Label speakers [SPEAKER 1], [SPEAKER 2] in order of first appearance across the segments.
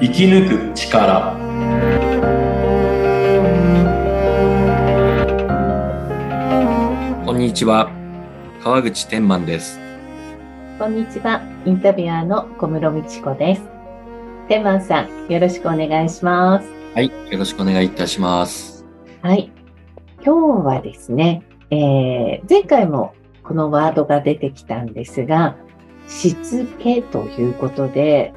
[SPEAKER 1] 生き抜く力。こんにちは、川口天満です。
[SPEAKER 2] こんにちは、インタビュアーの小室美智子です。天満さん、よろしくお願いします。
[SPEAKER 1] はい、よろしくお願いいたします。
[SPEAKER 2] はい、今日はですね、前回もこのワードが出てきたんですが、しつけということで、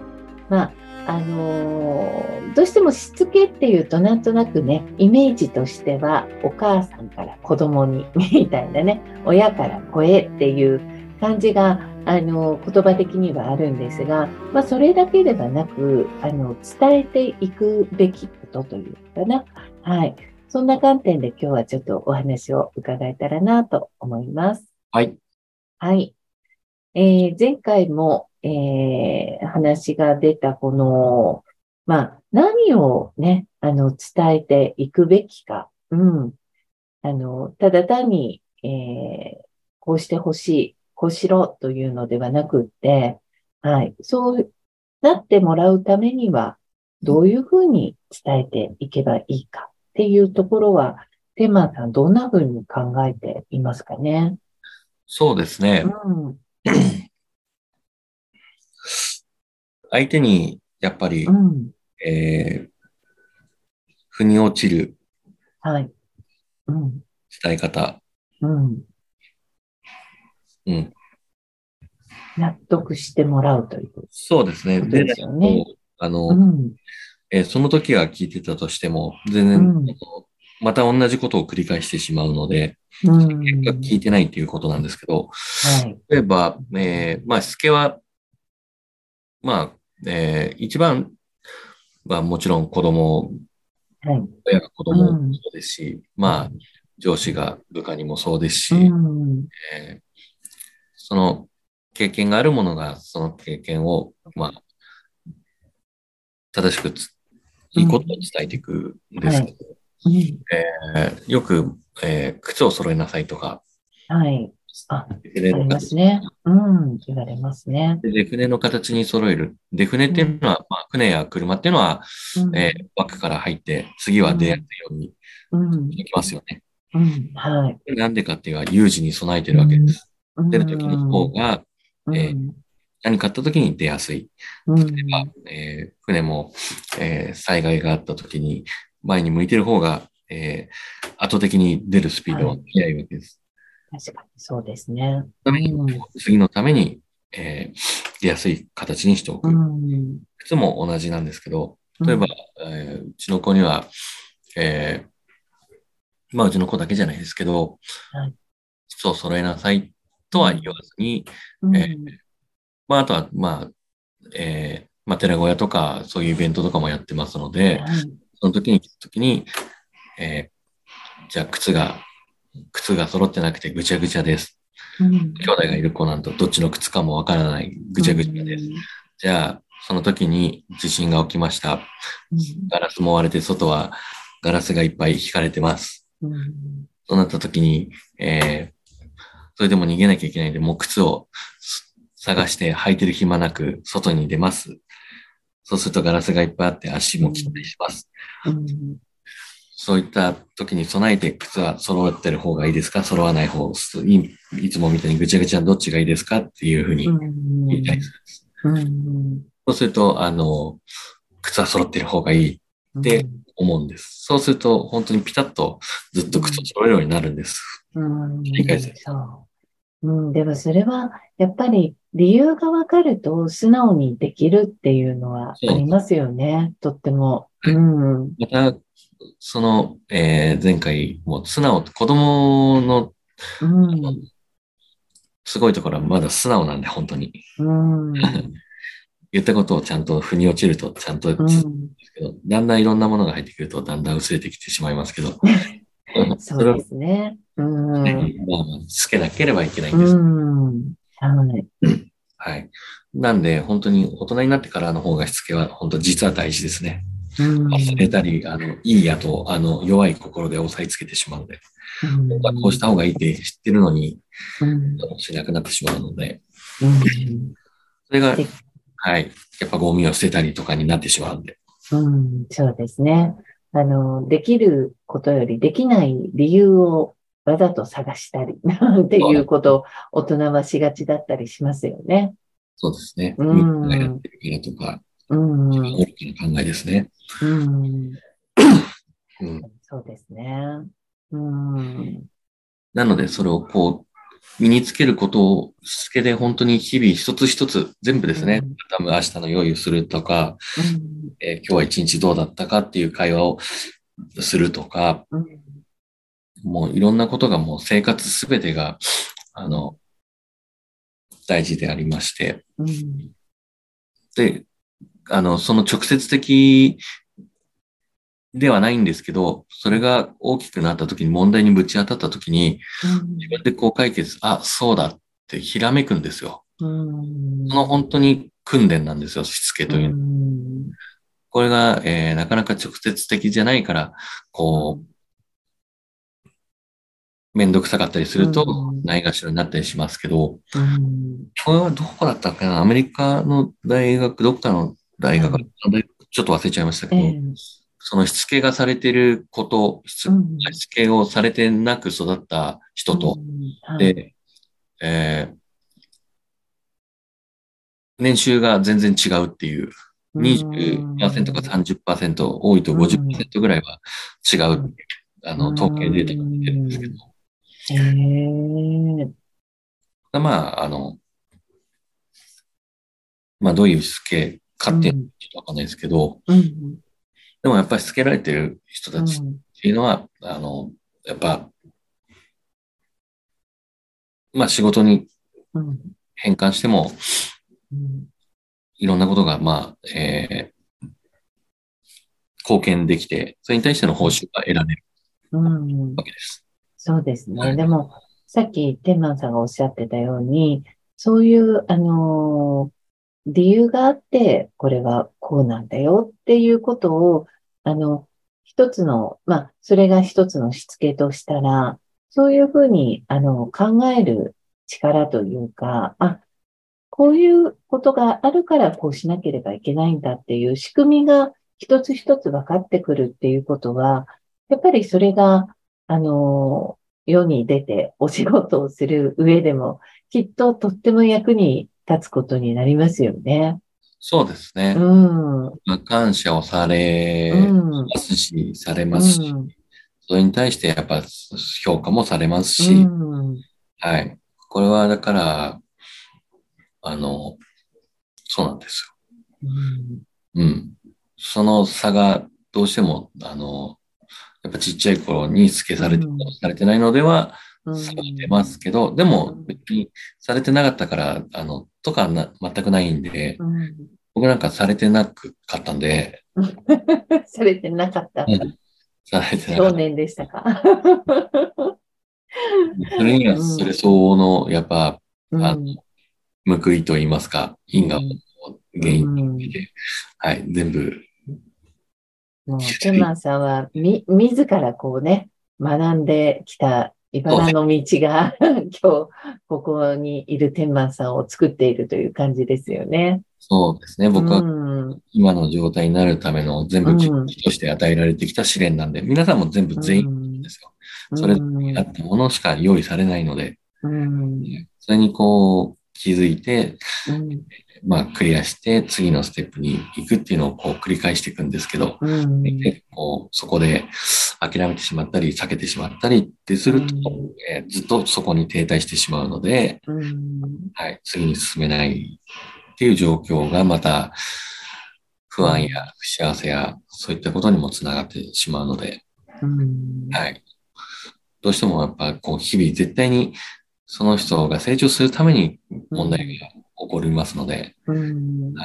[SPEAKER 2] どうしてもしつけっていうとなんとなくね、イメージとしてはお母さんから子供にみたいなね、親から子へっていう感じが言葉的にはあるんですが、それだけではなく伝えていくべきことというかな、はい、そんな観点で今日はちょっとお話を伺えたらなと思います。
[SPEAKER 1] はい。
[SPEAKER 2] はい。前回も、話が出たこの、何をね、伝えていくべきか。ただ単に、こうしてほしい、こうしろというのではなくって、はい、そうなってもらうためには、どういうふうに伝えていけばいいかっていうところは、テーマさんどんなふうに考えていますかね。
[SPEAKER 1] そうですね。
[SPEAKER 2] うん、
[SPEAKER 1] 相手にやっぱり、
[SPEAKER 2] うん、
[SPEAKER 1] え腑に落ちる
[SPEAKER 2] はい、うん、
[SPEAKER 1] 伝え方。
[SPEAKER 2] うん。
[SPEAKER 1] うん。
[SPEAKER 2] 納得してもらうという
[SPEAKER 1] そうですね。
[SPEAKER 2] ことで
[SPEAKER 1] でない
[SPEAKER 2] すよね。
[SPEAKER 1] と、
[SPEAKER 2] うん、
[SPEAKER 1] その時は聞いてたとしても、全然、
[SPEAKER 2] うん、
[SPEAKER 1] また同じことを繰り返してしまうので、
[SPEAKER 2] う
[SPEAKER 1] 結果
[SPEAKER 2] ん、
[SPEAKER 1] 聞いてないっていうことなんですけど、
[SPEAKER 2] はい、
[SPEAKER 1] 例えば、しつけは、一番はもちろん
[SPEAKER 2] はい、
[SPEAKER 1] 親が子
[SPEAKER 2] う
[SPEAKER 1] 供も
[SPEAKER 2] ん、
[SPEAKER 1] そうですし、
[SPEAKER 2] はい、
[SPEAKER 1] 上司が部下にもそうです
[SPEAKER 2] う
[SPEAKER 1] し、
[SPEAKER 2] ん、
[SPEAKER 1] えーその経験があるものが、その経験を、正しくいいことを
[SPEAKER 2] うん、
[SPEAKER 1] 伝えていくんで
[SPEAKER 2] はい、
[SPEAKER 1] すけど、
[SPEAKER 2] うん、
[SPEAKER 1] よく、靴を揃えなさいとか、
[SPEAKER 2] はい。あ、
[SPEAKER 1] デフネ
[SPEAKER 2] あり
[SPEAKER 1] の形、
[SPEAKER 2] ますね。うん、言われますね。
[SPEAKER 1] デフネの形に揃える。デフネっていう
[SPEAKER 2] うん、
[SPEAKER 1] のは、船や車っていうのは、
[SPEAKER 2] うん、
[SPEAKER 1] バックから入って、次は出やすい
[SPEAKER 2] うん、
[SPEAKER 1] ように
[SPEAKER 2] うん、
[SPEAKER 1] できますよね。
[SPEAKER 2] うん、はい。
[SPEAKER 1] なんでかっていうのは、有事に備えて
[SPEAKER 2] うん、
[SPEAKER 1] るわけです。
[SPEAKER 2] う
[SPEAKER 1] 出る時の方
[SPEAKER 2] ん、
[SPEAKER 1] が、えー
[SPEAKER 2] うん、
[SPEAKER 1] 何かあった時に出やすい。
[SPEAKER 2] う
[SPEAKER 1] 例
[SPEAKER 2] ん、
[SPEAKER 1] えば、船も、災害があった時に、前に向いてる方が、圧倒的に出るスピードは
[SPEAKER 2] はい。
[SPEAKER 1] 速いわけです。
[SPEAKER 2] 確かにそうですね。
[SPEAKER 1] ために、
[SPEAKER 2] うん、
[SPEAKER 1] 次のために、出やすい形にしてお
[SPEAKER 2] う
[SPEAKER 1] く。
[SPEAKER 2] ん、
[SPEAKER 1] 靴も同じなんですけど、例えば、
[SPEAKER 2] うん、
[SPEAKER 1] うちの子には、えうちの子だけじゃないですけど、
[SPEAKER 2] はい。
[SPEAKER 1] 靴を揃えなさいとは言わ
[SPEAKER 2] うん、
[SPEAKER 1] ずに、えー
[SPEAKER 2] うん、
[SPEAKER 1] あとは、寺小屋とか、そういうイベントとかもやってますので、
[SPEAKER 2] はい。
[SPEAKER 1] その時に、えじゃあ靴が揃ってなくてぐちゃぐちゃです。
[SPEAKER 2] うん、
[SPEAKER 1] 兄弟がいる子なんとどっちの靴かもわからないぐ
[SPEAKER 2] う
[SPEAKER 1] ちゃぐちゃです。
[SPEAKER 2] ん、
[SPEAKER 1] じゃあ、その時に地震が起きました。
[SPEAKER 2] うん、
[SPEAKER 1] ガラスも割れて外はガラスがいっぱい引かれてます。
[SPEAKER 2] うん、
[SPEAKER 1] そうなった時に、それでも逃げなきゃいけないんで、もう靴を探して履いてる暇なく外に出ます。そうするとガラスがいっぱいあって足も切ったり
[SPEAKER 2] うん、
[SPEAKER 1] します。
[SPEAKER 2] うん、
[SPEAKER 1] そういった時に備えて靴は揃ってる方がいいですか揃わない方いつもみたいにぐちゃぐちゃどっちがいいですかっていうふう
[SPEAKER 2] う
[SPEAKER 1] に言いたいで
[SPEAKER 2] ん、
[SPEAKER 1] す。
[SPEAKER 2] うん、
[SPEAKER 1] そうすると、靴は揃ってる方がいいって思うんです。そうすると、本当にピタッとずっと靴を揃えるようになるんです。
[SPEAKER 2] う
[SPEAKER 1] 繰り返す。
[SPEAKER 2] ん、そう。うん、でもそれは、やっぱり理由がわかると素直にできるっていうのは
[SPEAKER 1] そう。
[SPEAKER 2] ありますよね。とっても。う
[SPEAKER 1] はい。
[SPEAKER 2] ん、
[SPEAKER 1] また、前回も素直、子供の
[SPEAKER 2] うん、
[SPEAKER 1] すごいところはまだ素直なんで、本当に。
[SPEAKER 2] うん、
[SPEAKER 1] 言ったことをちゃんと腑に落ちると、ちゃんと
[SPEAKER 2] うん。
[SPEAKER 1] けど、だんだんいろんなものが入ってくると、だんだん薄れてきてしまいますけど、
[SPEAKER 2] そうで
[SPEAKER 1] それを
[SPEAKER 2] すね。うん、
[SPEAKER 1] つけなければいけないん
[SPEAKER 2] う
[SPEAKER 1] です。
[SPEAKER 2] ん、はい。
[SPEAKER 1] はい。なんで、本当に大人になってからの方がしつけは、本当実は大事ですね。
[SPEAKER 2] う
[SPEAKER 1] 忘れ
[SPEAKER 2] ん、
[SPEAKER 1] たり、いいやと、弱い心で押さえつけてしまうので、
[SPEAKER 2] う
[SPEAKER 1] 本当はこうし
[SPEAKER 2] ん、
[SPEAKER 1] た方がいいって知ってるのに、
[SPEAKER 2] うん、
[SPEAKER 1] しなくなってしまうので、
[SPEAKER 2] うん。
[SPEAKER 1] それが、
[SPEAKER 2] で、
[SPEAKER 1] はい。やっぱゴミを捨てたりとかになってしまうんで。
[SPEAKER 2] そうですね。できることよりできない理由をわざと探したり、なんて
[SPEAKER 1] そうだ
[SPEAKER 2] いうことを大人はしがちだったりしますよね。
[SPEAKER 1] そうですね。
[SPEAKER 2] う
[SPEAKER 1] みんながやっ
[SPEAKER 2] ん、
[SPEAKER 1] てるからとか、
[SPEAKER 2] うん、
[SPEAKER 1] 大きな考えですね。
[SPEAKER 2] うん、
[SPEAKER 1] うん。
[SPEAKER 2] そうですね。うん、
[SPEAKER 1] なので、それを身につけることをしつけで本当に日々一つ一つ全部ですね。
[SPEAKER 2] うん、
[SPEAKER 1] 多分明日の用意をするとか、
[SPEAKER 2] うん、
[SPEAKER 1] 今日は一日どうだったかっていう会話をするとか、
[SPEAKER 2] うん、
[SPEAKER 1] もういろんなことがもう生活すべてが、あの、大事でありまして、
[SPEAKER 2] うん、
[SPEAKER 1] で、その直接的ではないんですけど、それが大きくなった時に問題にぶち当たった時に、
[SPEAKER 2] うん、
[SPEAKER 1] 自分で解決、あ、そうだってひらめくんですよ。
[SPEAKER 2] う
[SPEAKER 1] その
[SPEAKER 2] ん、
[SPEAKER 1] 本当に訓練なんですよ、しつけ
[SPEAKER 2] う
[SPEAKER 1] というのは。
[SPEAKER 2] ん、
[SPEAKER 1] これが、なかなか直接的じゃないから、こめんどくさかったりす
[SPEAKER 2] う
[SPEAKER 1] ると、
[SPEAKER 2] ん、
[SPEAKER 1] ないがしろになったりしますけど、
[SPEAKER 2] うん、
[SPEAKER 1] これはどこだったかな、アメリカの大学、どっかの大学、
[SPEAKER 2] はい、
[SPEAKER 1] ちょっと忘れちゃいましたけど、
[SPEAKER 2] ええ、
[SPEAKER 1] そのしつけがされていること、
[SPEAKER 2] うん、
[SPEAKER 1] しつけをされてなく育った
[SPEAKER 2] う
[SPEAKER 1] 人と、
[SPEAKER 2] ん、はい、
[SPEAKER 1] で、年収が全然違うっていう、
[SPEAKER 2] う
[SPEAKER 1] 20%か
[SPEAKER 2] ん、
[SPEAKER 1] 30%、多いと
[SPEAKER 2] うん、
[SPEAKER 1] 50%ぐらいは違うっていう、
[SPEAKER 2] う
[SPEAKER 1] 統計データが出てるんですけど、
[SPEAKER 2] ん、ええ、
[SPEAKER 1] まあ、まあ、どういうしつけかっていうのは
[SPEAKER 2] うん、
[SPEAKER 1] ちょっとわかんないですけど、
[SPEAKER 2] うん、
[SPEAKER 1] でもやっぱりしつけられてる人たち
[SPEAKER 2] うん、
[SPEAKER 1] っていうのは、やっぱ、まあ仕事に
[SPEAKER 2] うん、
[SPEAKER 1] 変換しても、
[SPEAKER 2] うん、
[SPEAKER 1] いろんなことが、まあ、貢献できて、それに対しての報酬が得られる
[SPEAKER 2] うん、
[SPEAKER 1] わけです。
[SPEAKER 2] そうですね。
[SPEAKER 1] はい。
[SPEAKER 2] でも、さっき天満さんがおっしゃってたように、そういう、理由があって、これはこうなんだよっていうことを、あの、一つの、まあ、それが一つのしつけとしたら、そういうふうに、考える力というか、あ、こういうことがあるからこうしなければいけないんだっていう仕組みが一つ一つ分かってくるっていうことは、やっぱりそれが、あの、世に出てお仕事をする上でも、きっととっても役に立つことになりますよね。
[SPEAKER 1] そうです
[SPEAKER 2] う
[SPEAKER 1] ね。
[SPEAKER 2] ん、
[SPEAKER 1] まあ、感謝をさ
[SPEAKER 2] う
[SPEAKER 1] れ
[SPEAKER 2] ん、
[SPEAKER 1] ますし、され
[SPEAKER 2] う
[SPEAKER 1] ますし、
[SPEAKER 2] ん、
[SPEAKER 1] それに対してやっぱ評価もされます
[SPEAKER 2] う
[SPEAKER 1] し、
[SPEAKER 2] ん、
[SPEAKER 1] はい。これはだから、あの、そうなんです
[SPEAKER 2] うん、
[SPEAKER 1] よ。うん。その差がどうしても、やっぱちっちゃい頃にしつけ
[SPEAKER 2] う
[SPEAKER 1] されて、
[SPEAKER 2] ん、
[SPEAKER 1] されてないのでは
[SPEAKER 2] う
[SPEAKER 1] 差が出ま
[SPEAKER 2] ん、
[SPEAKER 1] すけど、でも別
[SPEAKER 2] うん、
[SPEAKER 1] にされてなかったから、とかな、全くないんで、
[SPEAKER 2] うん。
[SPEAKER 1] 僕なんかされてなくかったんで、
[SPEAKER 2] されてなかった。
[SPEAKER 1] うん、されてなかった。
[SPEAKER 2] 少年でしたか？
[SPEAKER 1] それには
[SPEAKER 2] うん、
[SPEAKER 1] それ相応の、やっぱ、あ
[SPEAKER 2] うん、
[SPEAKER 1] 報いと言いますか、因果を
[SPEAKER 2] うん、う
[SPEAKER 1] 原因
[SPEAKER 2] ん。
[SPEAKER 1] で、はい、全部、
[SPEAKER 2] もう、天満さんは、自らこうね、学んできた
[SPEAKER 1] そうです。
[SPEAKER 2] 茨の道が今日、ここにいる天満さんを作っているという感じですよね。
[SPEAKER 1] そうですね。
[SPEAKER 2] う
[SPEAKER 1] 僕は
[SPEAKER 2] ん、
[SPEAKER 1] 今の状態になるための全
[SPEAKER 2] う
[SPEAKER 1] 部機
[SPEAKER 2] ん、
[SPEAKER 1] として与えられてきた試練なんで、皆さんも全部
[SPEAKER 2] う
[SPEAKER 1] 全員
[SPEAKER 2] ん、
[SPEAKER 1] ですよ。
[SPEAKER 2] う
[SPEAKER 1] それぞれに合
[SPEAKER 2] ん、
[SPEAKER 1] ったものしか用意されないので、
[SPEAKER 2] うん、
[SPEAKER 1] それに気づいて、
[SPEAKER 2] うん、
[SPEAKER 1] まあクリアして次のステップに行くっていうのを繰り返していくんですけど、
[SPEAKER 2] うん、
[SPEAKER 1] でそこで諦めてしまったり、避けてしまったりってす
[SPEAKER 2] う
[SPEAKER 1] ると、
[SPEAKER 2] ん、
[SPEAKER 1] ずっとそこに停滞してしまうので、
[SPEAKER 2] うん、
[SPEAKER 1] はい、次に進めないっていう状況がまた不安や不幸せやそういったことにもつながってしまうので、
[SPEAKER 2] うん、
[SPEAKER 1] はい。どうしてもやっぱ日々絶対にその人が成長するために問題が
[SPEAKER 2] うん、
[SPEAKER 1] 起こりますので、
[SPEAKER 2] うん。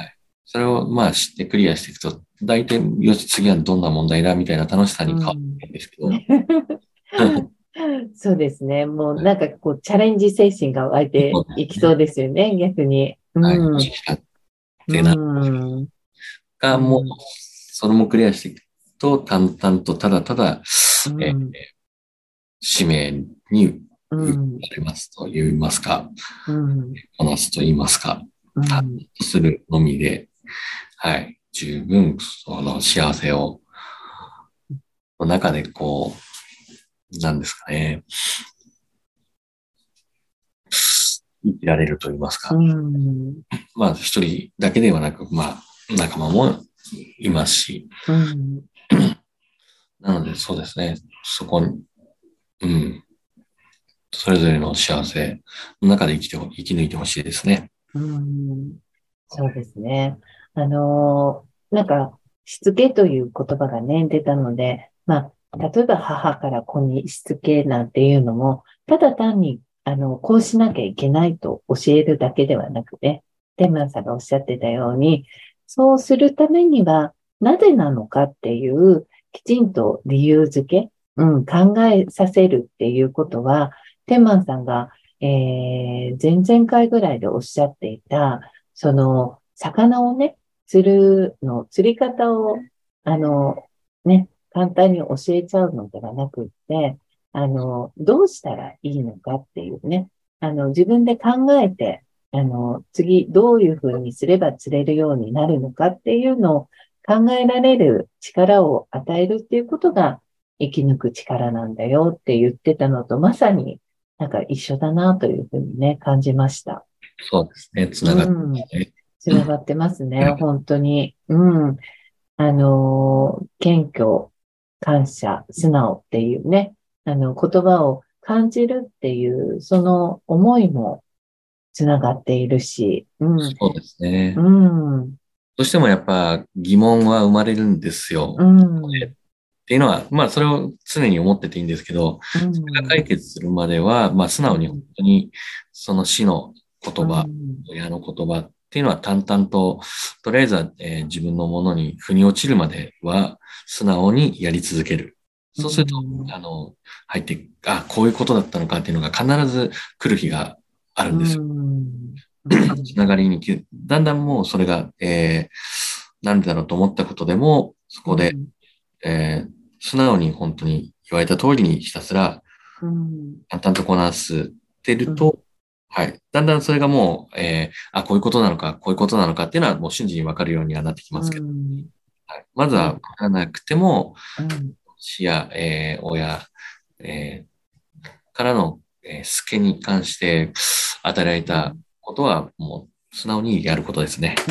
[SPEAKER 1] はい。それをまあ知ってクリアしていくと、大体よし次はどんな問題だみたいな楽しさ
[SPEAKER 2] う
[SPEAKER 1] に変わってい
[SPEAKER 2] ん。
[SPEAKER 1] くんですけど、
[SPEAKER 2] そうですね。もう
[SPEAKER 1] はい。
[SPEAKER 2] なんかこう、チャレンジ精神が湧いて
[SPEAKER 1] そうで
[SPEAKER 2] いきそう
[SPEAKER 1] すね。
[SPEAKER 2] ですよね、逆に。う
[SPEAKER 1] はい。よ
[SPEAKER 2] ん。
[SPEAKER 1] し、来たっ
[SPEAKER 2] う
[SPEAKER 1] てなる
[SPEAKER 2] ん。う
[SPEAKER 1] が、もう、
[SPEAKER 2] ん。
[SPEAKER 1] それもクリアしていくと、淡々とただただ、
[SPEAKER 2] う
[SPEAKER 1] えー
[SPEAKER 2] ん。
[SPEAKER 1] 使命に
[SPEAKER 2] う
[SPEAKER 1] 移
[SPEAKER 2] ん。
[SPEAKER 1] れますと言いますか、
[SPEAKER 2] うん。
[SPEAKER 1] こなすと言いますか、淡々
[SPEAKER 2] うん。
[SPEAKER 1] とするのみで、はい。 十分、その幸せを、の中でこう、なんですかね、生きられると言います
[SPEAKER 2] う
[SPEAKER 1] か。
[SPEAKER 2] ん、
[SPEAKER 1] まあ、一人だけではなく、まあ、仲間もいますし。
[SPEAKER 2] うん、
[SPEAKER 1] なので、そうですね。そこに、うん。それぞれの幸せの中で生き抜いてほしいですね。
[SPEAKER 2] うん、そうですね。なんか、しつけという言葉がね、出たので、まあ、例えば母から子にしつけなんていうのも、ただ単に、こうしなきゃいけないと教えるだけではなくて、天満さんがおっしゃってたように、そうするためには、なぜなのかっていう、きちんと理由付け、考えさせるっていうことは、天満さんが前々回ぐらいでおっしゃっていた、その、魚をね、釣り方を、簡単に教えちゃうのではなくって、どうしたらいいのかっていうね、自分で考えて、次どういうふうにすれば釣れるようになるのかっていうのを考えられる力を与えるっていうことが生き抜く力なんだよって言ってたのと、まさになんか一緒だなというふうにね、感じました。
[SPEAKER 1] そうですね。つながって
[SPEAKER 2] うん。
[SPEAKER 1] ね。
[SPEAKER 2] つながってますね。本当に。うん。謙虚、感謝、素直っていうね、言葉を感じるっていう、その思いもつながっているし、うん。
[SPEAKER 1] そうですね。
[SPEAKER 2] うん。
[SPEAKER 1] どうしてもやっぱ疑問は生まれるんです
[SPEAKER 2] う
[SPEAKER 1] よ。
[SPEAKER 2] ん。
[SPEAKER 1] っていうのは、まあそれを常に思ってていいんですけど、
[SPEAKER 2] う
[SPEAKER 1] それが
[SPEAKER 2] ん。
[SPEAKER 1] 解決するまでは、まあ素直に本
[SPEAKER 2] うん。
[SPEAKER 1] 当にその死の
[SPEAKER 2] う
[SPEAKER 1] 言葉、
[SPEAKER 2] ん。
[SPEAKER 1] 親の言葉っていうのは淡々と、とりあえずは、自分のものに腑に落ちるまでは素直にやり続ける。
[SPEAKER 2] う
[SPEAKER 1] そうすると、
[SPEAKER 2] ん。
[SPEAKER 1] 入って、あ、こういうことだったのかっていうのが必ず来る日がある
[SPEAKER 2] う
[SPEAKER 1] んですよ。
[SPEAKER 2] ん。うん。
[SPEAKER 1] つながりにだんだんもうそれが、なんでだろうと思ったことでも、そこで、
[SPEAKER 2] うん。
[SPEAKER 1] 素直に本当に言われた通りにひたすら
[SPEAKER 2] うん。
[SPEAKER 1] 淡々とこなして
[SPEAKER 2] うん。
[SPEAKER 1] ると、はい。だんだんそれがもう、あ、こういうことなのか、こういうことなのかっていうのはもう瞬時にわかるようにはなってき
[SPEAKER 2] う
[SPEAKER 1] ますけど、
[SPEAKER 2] ん。
[SPEAKER 1] はい。まずはわ
[SPEAKER 2] そう。
[SPEAKER 1] からなくても、
[SPEAKER 2] うん。
[SPEAKER 1] 死や、親、からの、助けに関して与えられた
[SPEAKER 2] うん。
[SPEAKER 1] ことはもう素直にやることですね。
[SPEAKER 2] うん、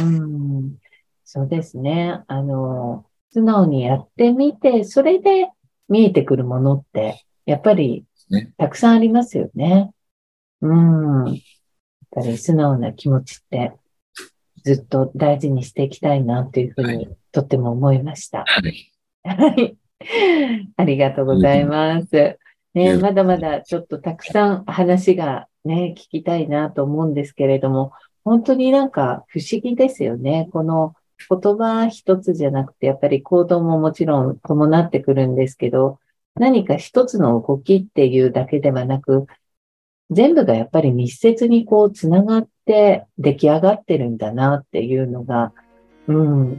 [SPEAKER 2] そうですね。素直にやってみて、それで見えてくるものって、やっぱり
[SPEAKER 1] ね。
[SPEAKER 2] たくさんありますよね。うん。やっぱり素直な気持ちってずっと大事にしていきたいなというふう
[SPEAKER 1] はい。
[SPEAKER 2] にとっても思いました。
[SPEAKER 1] はい。
[SPEAKER 2] はい。ありがとうござい
[SPEAKER 1] 十分、
[SPEAKER 2] ます。ね、
[SPEAKER 1] 十分。
[SPEAKER 2] まだまだちょっとたくさん話がね、聞きたいなと思うんですけれども、本当になんか不思議ですよね。この言葉一つじゃなくて、やっぱり行動ももちろん伴ってくるんですけど、何か一つの動きっていうだけではなく、全部がやっぱり密接にこうつながって出来上がってるんだなっていうのが、うん、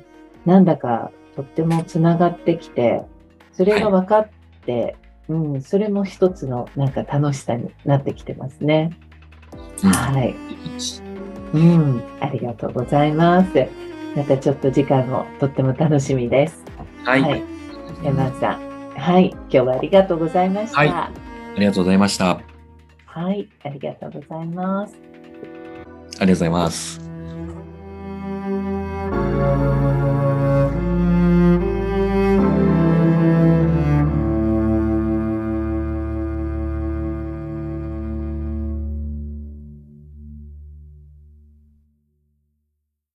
[SPEAKER 2] なんだかとってもつながってきて、それ
[SPEAKER 1] はい。
[SPEAKER 2] が分かって、それも一つのなんか楽しさになってきてますね。
[SPEAKER 1] うん。
[SPEAKER 2] はい。ありがとうございます。またちょっと次回もとっても楽しみです。
[SPEAKER 1] はい。
[SPEAKER 2] はい。山さん。はい。今日はありがとうございまし
[SPEAKER 1] はい。
[SPEAKER 2] た。
[SPEAKER 1] ありがとうございました。あ
[SPEAKER 2] はい。ありがとうございます。
[SPEAKER 1] りがとうございます。